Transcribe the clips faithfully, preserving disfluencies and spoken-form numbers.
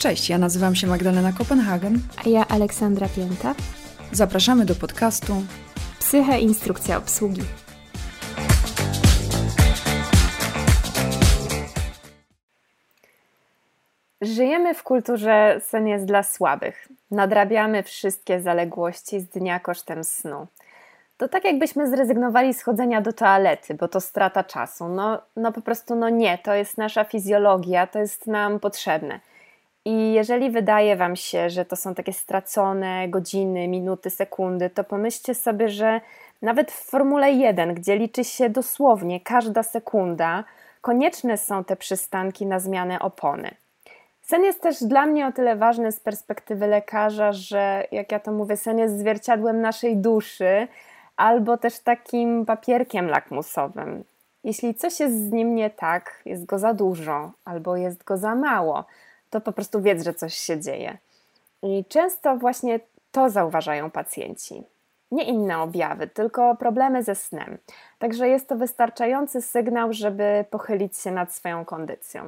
Cześć, ja nazywam się Magdalena Kopenhagen. A ja Aleksandra Pięta. Zapraszamy do podcastu Psyche Instrukcja Obsługi. Żyjemy w kulturze sen jest dla słabych. Nadrabiamy wszystkie zaległości z dnia kosztem snu. To tak jakbyśmy zrezygnowali z chodzenia do toalety, bo to strata czasu. No, no po prostu no nie, to jest nasza fizjologia, to jest nam potrzebne. I jeżeli wydaje Wam się, że to są takie stracone godziny, minuty, sekundy, to pomyślcie sobie, że nawet w Formule jeden, gdzie liczy się dosłownie każda sekunda, konieczne są te przystanki na zmianę opony. Sen jest też dla mnie o tyle ważny z perspektywy lekarza, że jak ja to mówię, sen jest zwierciadłem naszej duszy albo też takim papierkiem lakmusowym. Jeśli coś jest z nim nie tak, jest go za dużo albo jest go za mało, to po prostu wiedz, że coś się dzieje. I często właśnie to zauważają pacjenci. Nie inne objawy, tylko problemy ze snem. Także jest to wystarczający sygnał, żeby pochylić się nad swoją kondycją.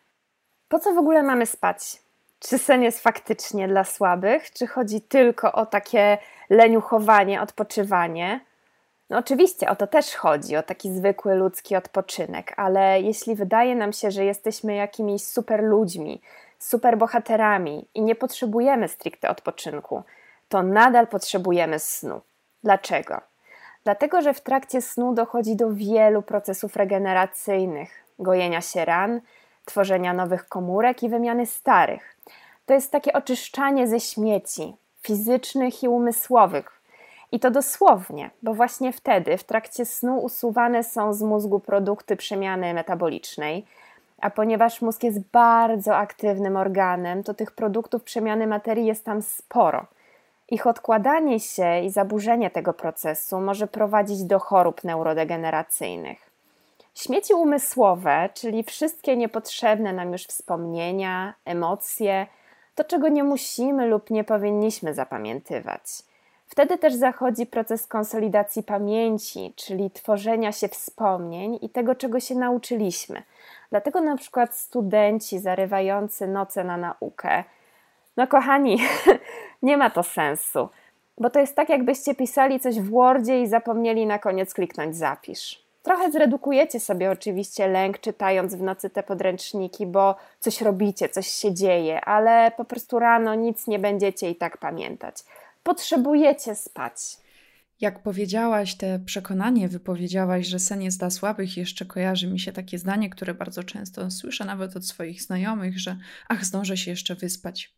Po co w ogóle mamy spać? Czy sen jest faktycznie dla słabych? Czy chodzi tylko o takie leniuchowanie, odpoczywanie? No oczywiście o to też chodzi, o taki zwykły ludzki odpoczynek, ale jeśli wydaje nam się, że jesteśmy jakimiś super ludźmi, super bohaterami i nie potrzebujemy stricte odpoczynku, to nadal potrzebujemy snu. Dlaczego? Dlatego, że w trakcie snu dochodzi do wielu procesów regeneracyjnych, gojenia się ran, tworzenia nowych komórek i wymiany starych. To jest takie oczyszczanie ze śmieci fizycznych i umysłowych. I to dosłownie, bo właśnie wtedy w trakcie snu usuwane są z mózgu produkty przemiany metabolicznej, a ponieważ mózg jest bardzo aktywnym organem, to tych produktów przemiany materii jest tam sporo. Ich odkładanie się i zaburzenie tego procesu może prowadzić do chorób neurodegeneracyjnych. Śmieci umysłowe, czyli wszystkie niepotrzebne nam już wspomnienia, emocje, to czego nie musimy lub nie powinniśmy zapamiętywać. Wtedy też zachodzi proces konsolidacji pamięci, czyli tworzenia się wspomnień i tego, czego się nauczyliśmy. Dlatego na przykład studenci zarywający noce na naukę, no kochani, nie ma to sensu, bo to jest tak, jakbyście pisali coś w Wordzie i zapomnieli na koniec kliknąć zapisz. Trochę zredukujecie sobie oczywiście lęk, czytając w nocy te podręczniki, bo coś robicie, coś się dzieje, ale po prostu rano nic nie będziecie i tak pamiętać. Potrzebujecie spać. Jak powiedziałaś, te przekonanie wypowiedziałaś, że sen jest dla słabych, jeszcze kojarzy mi się takie zdanie, które bardzo często słyszę nawet od swoich znajomych, że ach, zdążę się jeszcze wyspać.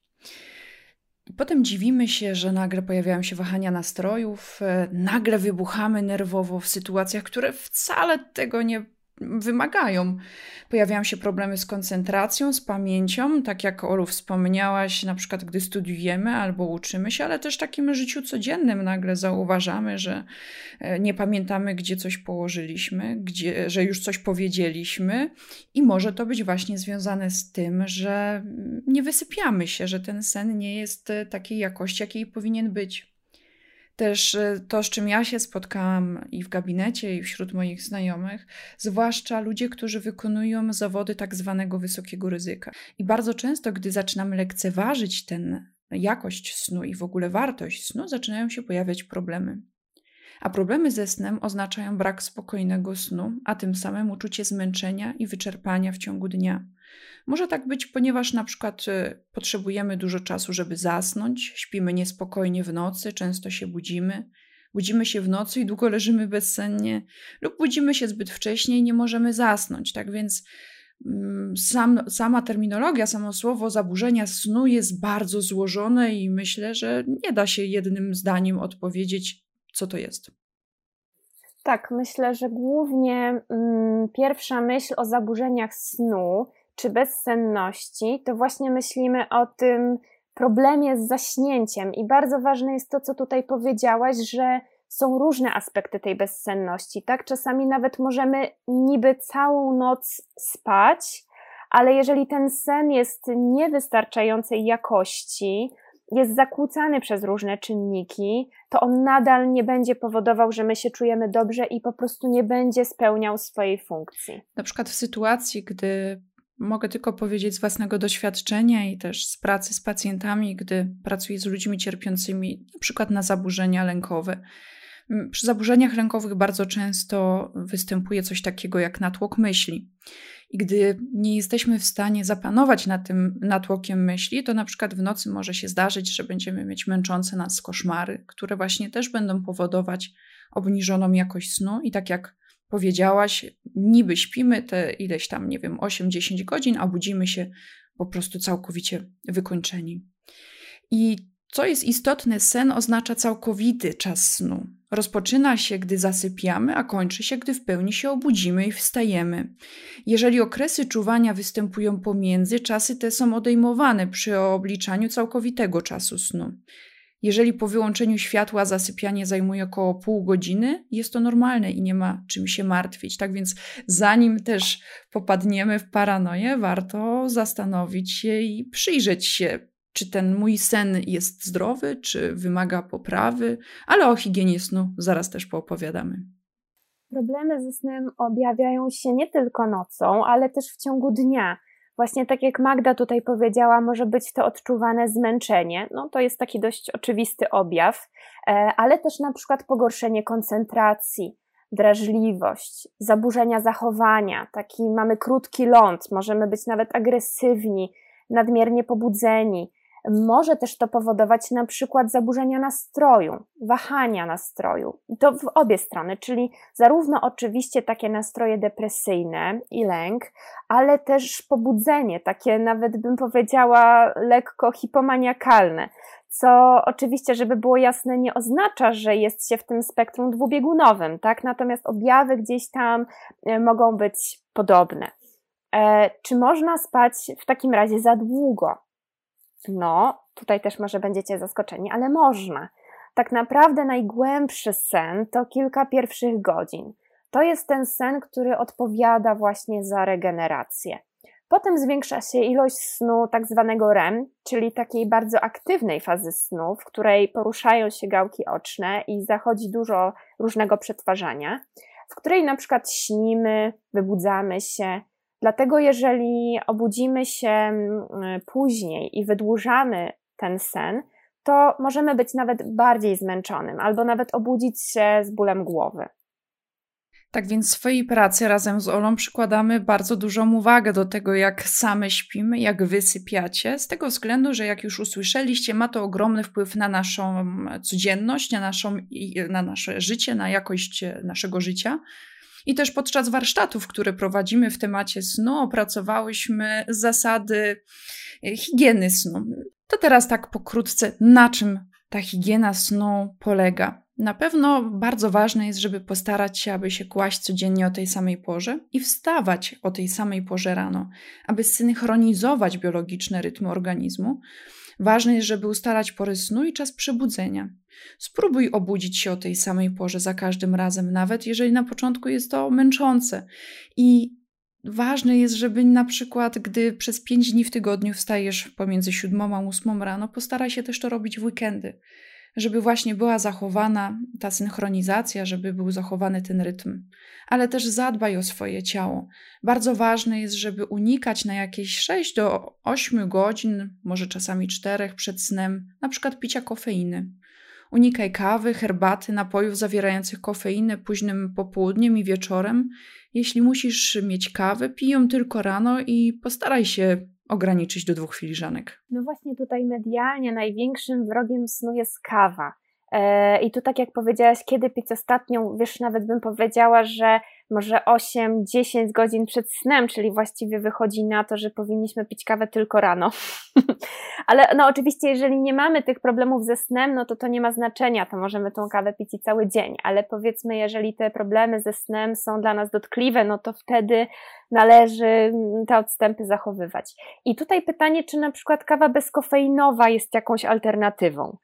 I potem dziwimy się, że nagle pojawiają się wahania nastrojów, nagle wybuchamy nerwowo w sytuacjach, które wcale tego nie wymagają. Pojawiają się problemy z koncentracją, z pamięcią, tak jak Olu wspomniałaś, na przykład gdy studiujemy albo uczymy się, ale też w takim życiu codziennym nagle zauważamy, że nie pamiętamy, gdzie coś położyliśmy, gdzie, że już coś powiedzieliśmy i może to być właśnie związane z tym, że nie wysypiamy się, że ten sen nie jest takiej jakości, jakiej powinien być. Też to, z czym ja się spotkałam i w gabinecie, i wśród moich znajomych, zwłaszcza ludzie, którzy wykonują zawody tak zwanego wysokiego ryzyka. I bardzo często, gdy zaczynamy lekceważyć tę jakość snu i w ogóle wartość snu, zaczynają się pojawiać problemy. A problemy ze snem oznaczają brak spokojnego snu, a tym samym uczucie zmęczenia i wyczerpania w ciągu dnia. Może tak być, ponieważ na przykład potrzebujemy dużo czasu, żeby zasnąć, śpimy niespokojnie w nocy, często się budzimy, budzimy się w nocy i długo leżymy bezsennie, lub budzimy się zbyt wcześnie i nie możemy zasnąć. Tak więc sam, sama terminologia, samo słowo zaburzenia snu jest bardzo złożone i myślę, że nie da się jednym zdaniem odpowiedzieć, co to jest. Tak, myślę, że głównie mm, pierwsza myśl o zaburzeniach snu czy bezsenności, to właśnie myślimy o tym problemie z zaśnięciem i bardzo ważne jest to, co tutaj powiedziałaś, że są różne aspekty tej bezsenności, tak? Czasami nawet możemy niby całą noc spać, ale jeżeli ten sen jest niewystarczającej jakości, jest zakłócany przez różne czynniki, to on nadal nie będzie powodował, że my się czujemy dobrze i po prostu nie będzie spełniał swojej funkcji. Na przykład w sytuacji, gdy mogę tylko powiedzieć z własnego doświadczenia i też z pracy z pacjentami, gdy pracuję z ludźmi cierpiącymi na przykład na zaburzenia lękowe. Przy zaburzeniach lękowych bardzo często występuje coś takiego jak natłok myśli. I gdy nie jesteśmy w stanie zapanować nad tym natłokiem myśli, to na przykład w nocy może się zdarzyć, że będziemy mieć męczące nas koszmary, które właśnie też będą powodować obniżoną jakość snu. I tak jak powiedziałaś, niby śpimy te ileś tam, nie wiem, osiem dziesięć godzin, a budzimy się po prostu całkowicie wykończeni. I co jest istotne, sen oznacza całkowity czas snu. Rozpoczyna się, gdy zasypiamy, a kończy się, gdy w pełni się obudzimy i wstajemy. Jeżeli okresy czuwania występują pomiędzy, czasy te są odejmowane przy obliczaniu całkowitego czasu snu. Jeżeli po wyłączeniu światła zasypianie zajmuje około pół godziny, jest to normalne i nie ma czym się martwić. Tak więc zanim też popadniemy w paranoję, warto zastanowić się i przyjrzeć się, czy ten mój sen jest zdrowy, czy wymaga poprawy, ale o higienie snu zaraz też poopowiadamy. Problemy ze snem objawiają się nie tylko nocą, ale też w ciągu dnia. Właśnie tak jak Magda tutaj powiedziała, może być to odczuwane zmęczenie, no to jest taki dość oczywisty objaw, ale też na przykład pogorszenie koncentracji, drażliwość, zaburzenia zachowania, taki mamy krótki ląd, możemy być nawet agresywni, nadmiernie pobudzeni. Może też to powodować na przykład zaburzenia nastroju, wahania nastroju. I to w obie strony, czyli zarówno oczywiście takie nastroje depresyjne i lęk, ale też pobudzenie, takie nawet bym powiedziała lekko hipomaniakalne, co oczywiście, żeby było jasne, nie oznacza, że jest się w tym spektrum dwubiegunowym, tak? Natomiast objawy gdzieś tam mogą być podobne. E, czy można spać w takim razie za długo? No, tutaj też może będziecie zaskoczeni, ale można. Tak naprawdę najgłębszy sen to kilka pierwszych godzin. To jest ten sen, który odpowiada właśnie za regenerację. Potem zwiększa się ilość snu tak zwanego R E M, czyli takiej bardzo aktywnej fazy snu, w której poruszają się gałki oczne i zachodzi dużo różnego przetwarzania, w której na przykład śnimy, wybudzamy się. Dlatego jeżeli obudzimy się później i wydłużamy ten sen, to możemy być nawet bardziej zmęczonym albo nawet obudzić się z bólem głowy. Tak więc w swojej pracy razem z Olą przykładamy bardzo dużą uwagę do tego, jak same śpimy, jak wysypiacie, z tego względu, że jak już usłyszeliście, ma to ogromny wpływ na naszą codzienność, na, naszą, na nasze życie, na jakość naszego życia. I też podczas warsztatów, które prowadzimy w temacie snu, opracowałyśmy zasady higieny snu. To teraz tak pokrótce, na czym ta higiena snu polega. Na pewno bardzo ważne jest, żeby postarać się, aby się kłaść codziennie o tej samej porze i wstawać o tej samej porze rano, aby synchronizować biologiczne rytmy organizmu. Ważne jest, żeby ustalać pory snu i czas przebudzenia. Spróbuj obudzić się o tej samej porze za każdym razem, nawet jeżeli na początku jest to męczące. I ważne jest, żeby na przykład, gdy przez pięć dni w tygodniu wstajesz pomiędzy siódmą a ósmą rano, postaraj się też to robić w weekendy, żeby właśnie była zachowana ta synchronizacja, żeby był zachowany ten rytm. Ale też zadbaj o swoje ciało. Bardzo ważne jest, żeby unikać na jakieś sześć do ośmiu godzin, może czasami czterech przed snem, na przykład picia kofeiny. Unikaj kawy, herbaty, napojów zawierających kofeinę późnym popołudniem i wieczorem. Jeśli musisz mieć kawę, pij ją tylko rano i postaraj się ograniczyć do dwóch filiżanek. No właśnie tutaj medialnie największym wrogiem snu jest kawa. I tu tak jak powiedziałaś, kiedy pić ostatnią, wiesz, nawet bym powiedziała, że może osiem dziesięć godzin przed snem, czyli właściwie wychodzi na to, że powinniśmy pić kawę tylko rano. Ale no oczywiście, jeżeli nie mamy tych problemów ze snem, no to to nie ma znaczenia, to możemy tą kawę pić i cały dzień, ale powiedzmy, jeżeli te problemy ze snem są dla nas dotkliwe, no to wtedy należy te odstępy zachowywać. I tutaj pytanie, czy na przykład kawa bezkofeinowa jest jakąś alternatywą?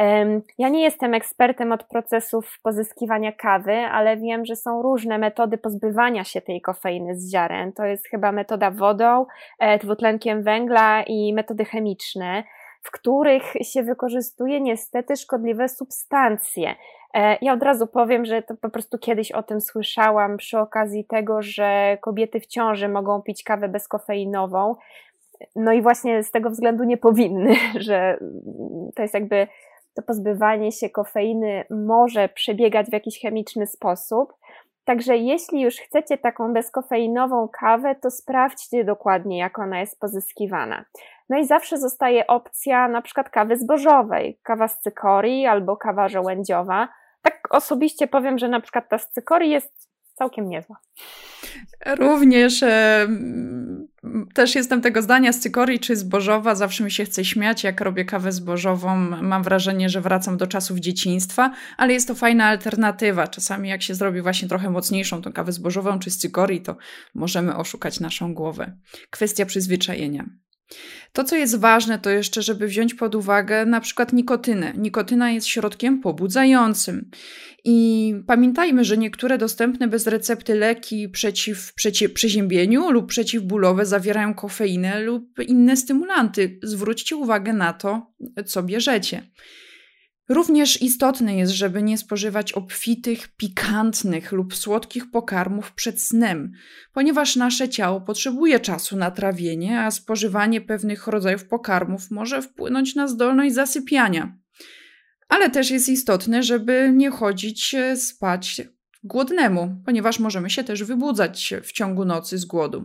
Ja nie jestem ekspertem od procesów pozyskiwania kawy, ale wiem, że są różne metody pozbywania się tej kofeiny z ziaren. To jest chyba metoda wodą, dwutlenkiem węgla i metody chemiczne, w których się wykorzystuje niestety szkodliwe substancje. Ja od razu powiem, że to po prostu kiedyś o tym słyszałam przy okazji tego, że kobiety w ciąży mogą pić kawę bezkofeinową. No i właśnie z tego względu nie powinny, że to jest jakby to pozbywanie się kofeiny może przebiegać w jakiś chemiczny sposób. Także jeśli już chcecie taką bezkofeinową kawę, to sprawdźcie dokładnie, jak ona jest pozyskiwana. No i zawsze zostaje opcja na przykład kawy zbożowej, kawa z cykorii albo kawa żołędziowa. Tak osobiście powiem, że na przykład ta z cykorii jest całkiem niezła. Również e, też jestem tego zdania, z cykorii czy zbożowa, zawsze mi się chce śmiać, jak robię kawę zbożową, mam wrażenie, że wracam do czasów dzieciństwa, ale jest to fajna alternatywa. Czasami jak się zrobi właśnie trochę mocniejszą tą kawę zbożową czy z cykorii, to możemy oszukać naszą głowę. Kwestia przyzwyczajenia. To, co jest ważne, to jeszcze, żeby wziąć pod uwagę na przykład nikotynę. Nikotyna jest środkiem pobudzającym. I pamiętajmy, że niektóre dostępne bez recepty leki przeciw, przeciw przeziębieniu lub przeciwbólowe zawierają kofeinę lub inne stymulanty. Zwróćcie uwagę na to, co bierzecie. Również istotne jest, żeby nie spożywać obfitych, pikantnych lub słodkich pokarmów przed snem, ponieważ nasze ciało potrzebuje czasu na trawienie, a spożywanie pewnych rodzajów pokarmów może wpłynąć na zdolność zasypiania. Ale też jest istotne, żeby nie chodzić spać głodnemu, ponieważ możemy się też wybudzać w ciągu nocy z głodu.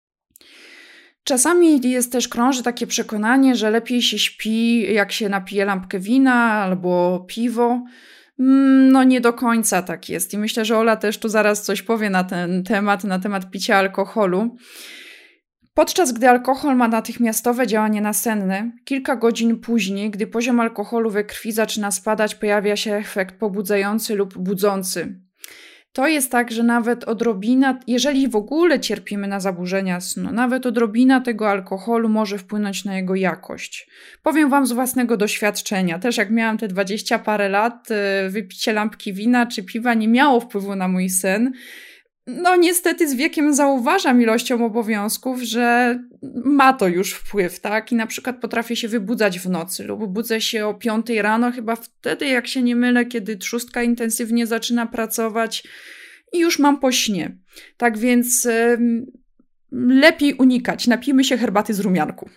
Czasami jest też krąży takie przekonanie, że lepiej się śpi, jak się napije lampkę wina albo piwo. No nie do końca tak jest i myślę, że Ola też tu zaraz coś powie na ten temat, na temat picia alkoholu. Podczas gdy alkohol ma natychmiastowe działanie nasenne, kilka godzin później, gdy poziom alkoholu we krwi zaczyna spadać, pojawia się efekt pobudzający lub budzący. To jest tak, że nawet odrobina, jeżeli w ogóle cierpimy na zaburzenia snu, nawet odrobina tego alkoholu może wpłynąć na jego jakość. Powiem wam z własnego doświadczenia, też jak miałam te dwadzieścia parę lat, wypicie lampki wina czy piwa nie miało wpływu na mój sen. No niestety z wiekiem zauważam ilością obowiązków, że ma to już wpływ, tak? I na przykład potrafię się wybudzać w nocy lub budzę się o piątej rano, chyba wtedy, jak się nie mylę, kiedy trzustka intensywnie zaczyna pracować i już mam po śnie. Tak więc yy, lepiej unikać. Napijmy się herbaty z rumianku.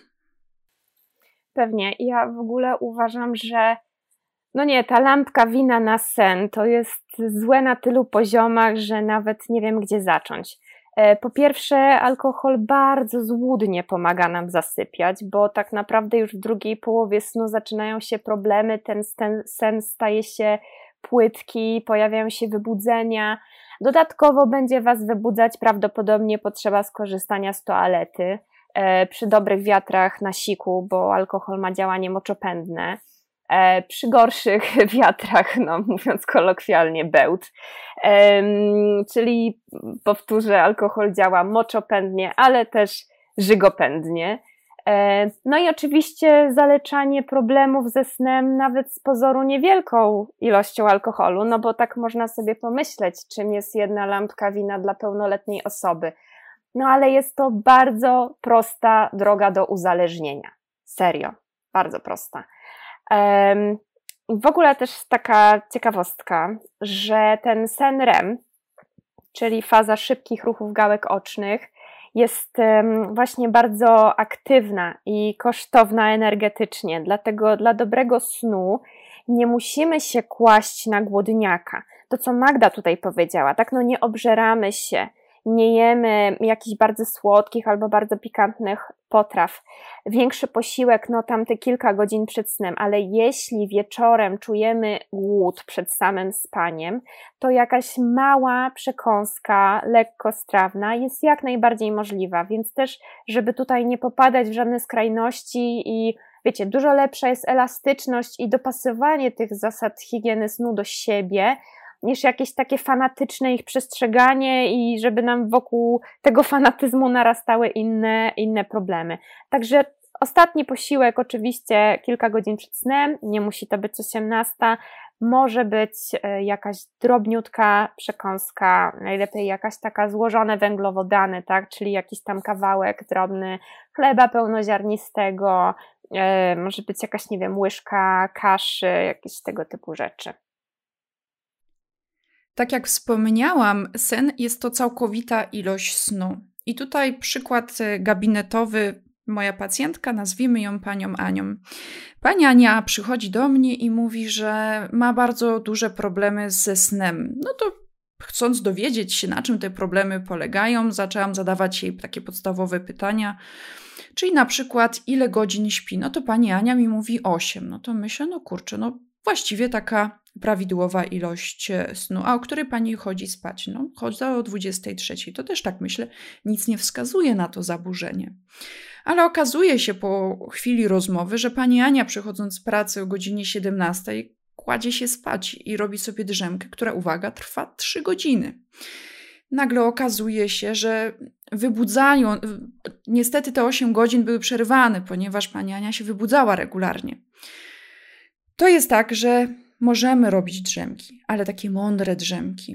Pewnie. Ja w ogóle uważam, że no nie, ta lampka wina na sen to jest złe na tylu poziomach, że nawet nie wiem, gdzie zacząć. Po pierwsze, alkohol bardzo złudnie pomaga nam zasypiać, bo tak naprawdę już w drugiej połowie snu zaczynają się problemy, ten, ten sen staje się płytki, pojawiają się wybudzenia. Dodatkowo będzie was wybudzać prawdopodobnie potrzeba skorzystania z toalety przy dobrych wiatrach na siku, bo alkohol ma działanie moczopędne. Przy gorszych wiatrach, no mówiąc kolokwialnie, bełt. Czyli powtórzę, alkohol działa moczopędnie, ale też żygopędnie. No i oczywiście zaleczanie problemów ze snem nawet z pozoru niewielką ilością alkoholu, no bo tak można sobie pomyśleć, czym jest jedna lampka wina dla pełnoletniej osoby. No ale jest to bardzo prosta droga do uzależnienia. Serio, bardzo prosta. W ogóle też taka ciekawostka, że ten sen R E M, czyli faza szybkich ruchów gałek ocznych, jest właśnie bardzo aktywna i kosztowna energetycznie, dlatego dla dobrego snu nie musimy się kłaść na głodniaka. To, co Magda tutaj powiedziała, tak, no nie obżeramy się, nie jemy jakichś bardzo słodkich albo bardzo pikantnych potraw. Większy posiłek, no tam te kilka godzin przed snem, ale jeśli wieczorem czujemy głód przed samym spaniem, to jakaś mała przekąska, lekkostrawna jest jak najbardziej możliwa, więc też, żeby tutaj nie popadać w żadne skrajności i wiecie, dużo lepsza jest elastyczność i dopasowanie tych zasad higieny snu do siebie, niż jakieś takie fanatyczne ich przestrzeganie i żeby nam wokół tego fanatyzmu narastały inne, inne problemy. Także ostatni posiłek oczywiście kilka godzin przed snem, nie musi to być osiemnasta, może być jakaś drobniutka przekąska, najlepiej jakaś taka złożone węglowodany, tak, czyli jakiś tam kawałek drobny chleba pełnoziarnistego, może być jakaś, nie wiem, łyżka kaszy, jakieś tego typu rzeczy. Tak jak wspomniałam, sen jest to całkowita ilość snu. I tutaj przykład gabinetowy, moja pacjentka, nazwijmy ją panią Anią. Pani Ania przychodzi do mnie i mówi, że ma bardzo duże problemy ze snem. No to chcąc dowiedzieć się, na czym te problemy polegają, zaczęłam zadawać jej takie podstawowe pytania, czyli na przykład ile godzin śpi. No to pani Ania mi mówi osiem. No to myślę, no kurczę, no właściwie taka prawidłowa ilość snu. A o której pani chodzi spać? No chodzi o dwudziestej trzeciej. To też tak myślę, nic nie wskazuje na to zaburzenie. Ale okazuje się po chwili rozmowy, że pani Ania, przychodząc z pracy o godzinie siedemnastej, kładzie się spać i robi sobie drzemkę, która, uwaga, trwa trzy godziny. Nagle okazuje się, że wybudzają, niestety te osiem godzin były przerywane, ponieważ pani Ania się wybudzała regularnie. To jest tak, że możemy robić drzemki, ale takie mądre drzemki.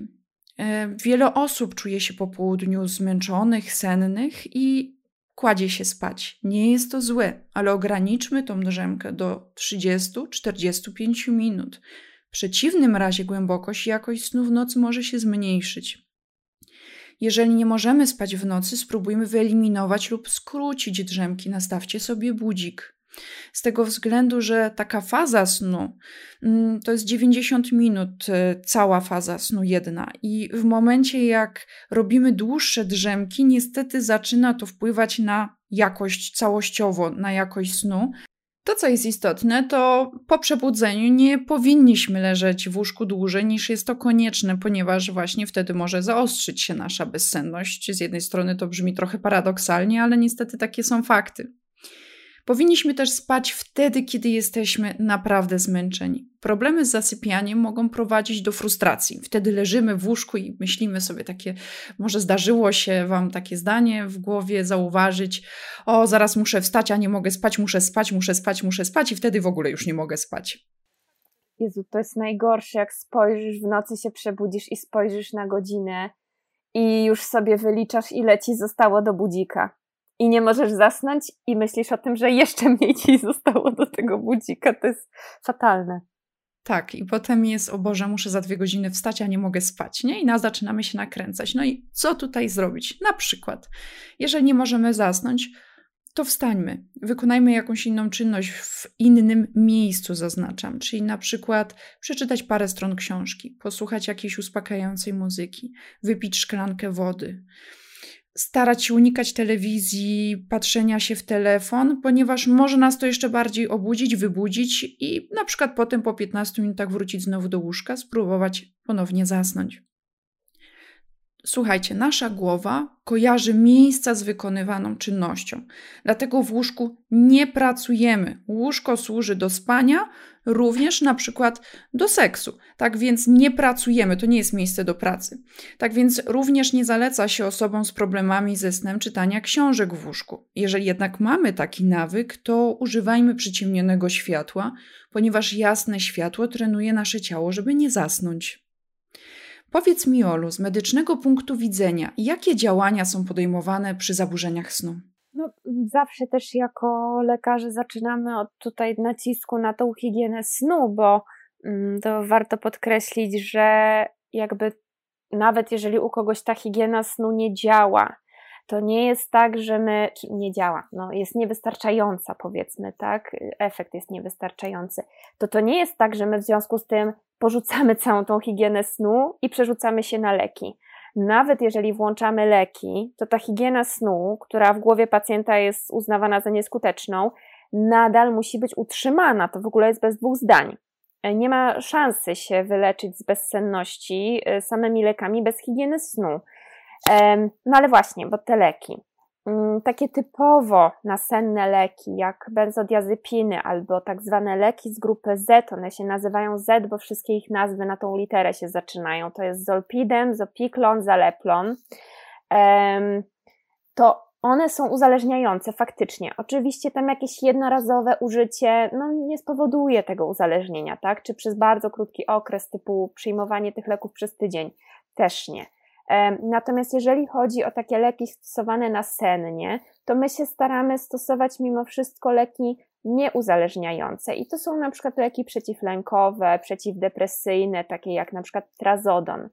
Wiele osób czuje się po południu zmęczonych, sennych i kładzie się spać. Nie jest to złe, ale ograniczmy tą drzemkę do trzydziestu do czterdziestu pięciu minut. W przeciwnym razie głębokość i jakość snu w nocy może się zmniejszyć. Jeżeli nie możemy spać w nocy, spróbujmy wyeliminować lub skrócić drzemki. Nastawcie sobie budzik. Z tego względu, że taka faza snu to jest dziewięćdziesiąt minut, cała faza snu jedna. I w momencie, jak robimy dłuższe drzemki, niestety zaczyna to wpływać na jakość całościowo, na jakość snu. To, co jest istotne, to po przebudzeniu nie powinniśmy leżeć w łóżku dłużej niż jest to konieczne, ponieważ właśnie wtedy może zaostrzyć się nasza bezsenność. Z jednej strony to brzmi trochę paradoksalnie, ale niestety takie są fakty. Powinniśmy też spać wtedy, kiedy jesteśmy naprawdę zmęczeni. Problemy z zasypianiem mogą prowadzić do frustracji. Wtedy leżymy w łóżku i myślimy sobie takie, może zdarzyło się wam takie zdanie w głowie zauważyć, o zaraz muszę wstać, a nie mogę spać, muszę spać, muszę spać, muszę spać i wtedy w ogóle już nie mogę spać. Jezu, to jest najgorsze, jak spojrzysz, w nocy się przebudzisz i spojrzysz na godzinę i już sobie wyliczasz, ile ci zostało do budzika. I nie możesz zasnąć i myślisz o tym, że jeszcze mniej ci zostało do tego budzika. To jest fatalne. Tak, i potem jest, o Boże, muszę za dwie godziny wstać, a nie mogę spać, nie? I nas zaczynamy się nakręcać. No i co tutaj zrobić? Na przykład, jeżeli nie możemy zasnąć, to wstańmy, wykonajmy jakąś inną czynność w innym miejscu, zaznaczam, czyli na przykład przeczytać parę stron książki, posłuchać jakiejś uspokajającej muzyki, wypić szklankę wody. Starać się unikać telewizji, patrzenia się w telefon, ponieważ może nas to jeszcze bardziej obudzić, wybudzić i na przykład potem po piętnastu minutach wrócić znowu do łóżka, spróbować ponownie zasnąć. Słuchajcie, nasza głowa kojarzy miejsca z wykonywaną czynnością, dlatego w łóżku nie pracujemy. Łóżko służy do spania, również na przykład do seksu. Tak więc nie pracujemy, to nie jest miejsce do pracy. Tak więc również nie zaleca się osobom z problemami ze snem czytania książek w łóżku. Jeżeli jednak mamy taki nawyk, to używajmy przyciemnionego światła, ponieważ jasne światło trenuje nasze ciało, żeby nie zasnąć. Powiedz mi, Olu, z medycznego punktu widzenia, jakie działania są podejmowane przy zaburzeniach snu? No, zawsze też jako lekarze zaczynamy od tutaj nacisku na tą higienę snu, bo mm, to warto podkreślić, że jakby nawet jeżeli u kogoś ta higiena snu nie działa, to nie jest tak, że my, czy nie działa, no jest niewystarczająca, powiedzmy, tak, efekt jest niewystarczający, to to nie jest tak, że my w związku z tym porzucamy całą tą higienę snu i przerzucamy się na leki. Nawet jeżeli włączamy leki, to ta higiena snu, która w głowie pacjenta jest uznawana za nieskuteczną, nadal musi być utrzymana. To w ogóle jest bez dwóch zdań. Nie ma szansy się wyleczyć z bezsenności samymi lekami bez higieny snu. No ale właśnie, bo te leki, takie typowo nasenne leki jak benzodiazepiny albo tak zwane leki z grupy Z, one się nazywają Z, bo wszystkie ich nazwy na tą literę się zaczynają, to jest Zolpidem, Zopiklon, Zaleplon, to one są uzależniające faktycznie. Oczywiście tam jakieś jednorazowe użycie no, nie spowoduje tego uzależnienia, tak? Czy przez bardzo krótki okres typu przyjmowanie tych leków przez tydzień, też nie. Natomiast jeżeli chodzi o takie leki stosowane nasennie, to my się staramy stosować mimo wszystko leki nieuzależniające i to są na przykład leki przeciwlękowe, przeciwdepresyjne, takie jak na przykład trazodon.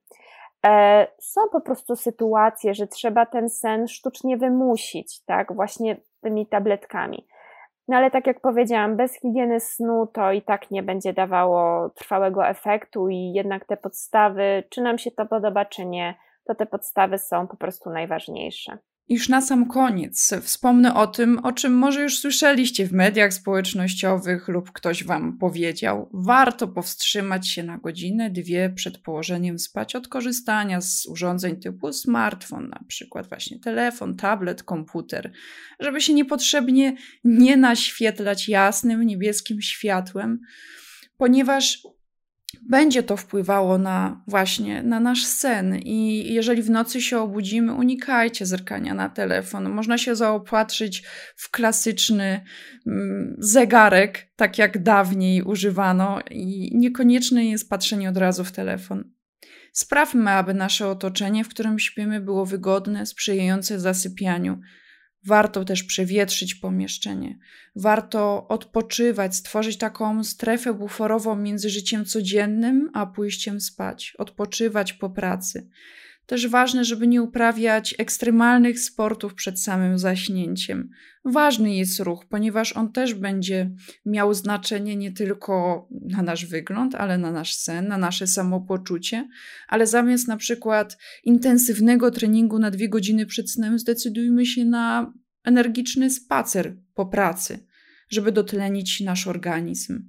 Są po prostu sytuacje, że trzeba ten sen sztucznie wymusić, tak, właśnie tymi tabletkami. No ale tak jak powiedziałam, bez higieny snu to i tak nie będzie dawało trwałego efektu i jednak te podstawy, czy nam się to podoba, czy nie, to te podstawy są po prostu najważniejsze. Już na sam koniec wspomnę o tym, o czym może już słyszeliście w mediach społecznościowych lub ktoś wam powiedział. Warto powstrzymać się na godzinę, dwie przed położeniem spać od korzystania z urządzeń typu smartfon, na przykład właśnie telefon, tablet, komputer, żeby się niepotrzebnie nie naświetlać jasnym, niebieskim światłem, ponieważ będzie to wpływało na właśnie na nasz sen i jeżeli w nocy się obudzimy, unikajcie zerkania na telefon. Można się zaopatrzyć w klasyczny mm, zegarek, tak jak dawniej używano i niekonieczne jest patrzenie od razu w telefon. Sprawmy, aby nasze otoczenie, w którym śpimy, było wygodne, sprzyjające zasypianiu. Warto też przewietrzyć pomieszczenie. Warto odpoczywać, stworzyć taką strefę buforową między życiem codziennym a pójściem spać. Odpoczywać po pracy. Też ważne, żeby nie uprawiać ekstremalnych sportów przed samym zaśnięciem. Ważny jest ruch, ponieważ on też będzie miał znaczenie nie tylko na nasz wygląd, ale na nasz sen, na nasze samopoczucie. Ale zamiast na przykład intensywnego treningu na dwie godziny przed snem zdecydujmy się na energiczny spacer po pracy, żeby dotlenić nasz organizm.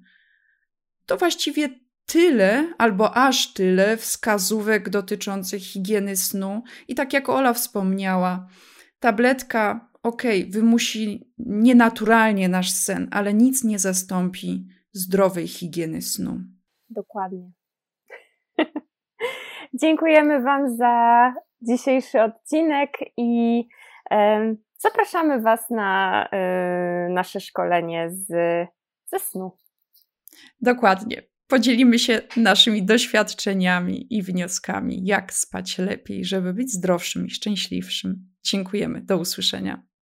To właściwie tyle, albo aż tyle wskazówek dotyczących higieny snu. I tak jak Ola wspomniała, tabletka, okej, okay, wymusi nienaturalnie nasz sen, ale nic nie zastąpi zdrowej higieny snu. Dokładnie. Dziękujemy wam za dzisiejszy odcinek i e, zapraszamy was na e, nasze szkolenie z, ze snu. Dokładnie. Podzielimy się naszymi doświadczeniami i wnioskami, jak spać lepiej, żeby być zdrowszym i szczęśliwszym. Dziękujemy. Do usłyszenia.